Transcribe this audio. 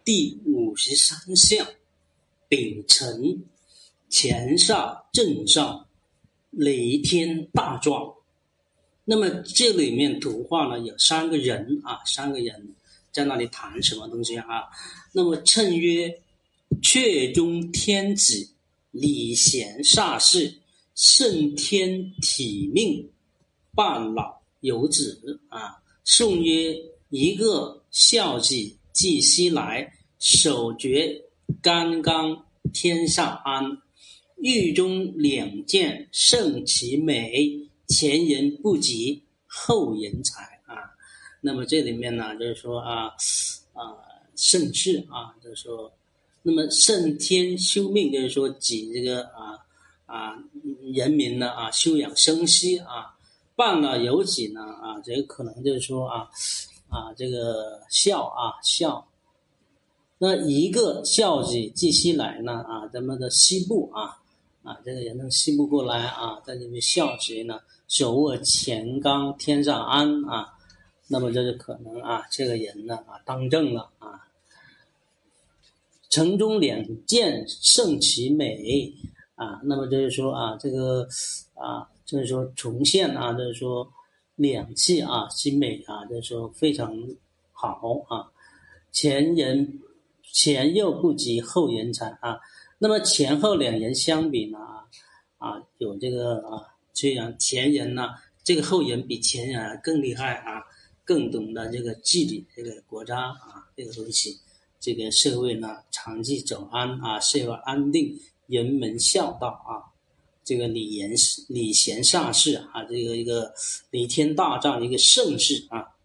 第53象，丙辰，乾煞震上，雷天大壮。那么这里面图画呢有三个人在那里谈什么东西啊？那么谶曰：阙中天子，礼贤煞士，圣天体命，半老有子啊。颂曰：一个孝己继西来，守决干纲天下安。狱中两件胜其美，前人不及后人才啊。那么这里面呢就是说盛世啊，就是说那么圣天修命，就是说指这个人民呢休养生息啊。半了有己呢这个可能就是说这个孝。那一个孝己继西来呢咱们的西部这个人从西部过来在这边孝直呢手握乾纲天上安那么这就可能这个人呢当政了城中两件胜其美那么就是说这个就是说重现就是说两器其美就是说非常好前又不及后人才那么前后两人相比呢有这个虽然前人呢这个后人比前人更厉害更懂得这个治理这个国家这个东西，这个社会呢长期走安社会安定，人民孝道这个礼贤煞士这个一个雷天大壮一个盛世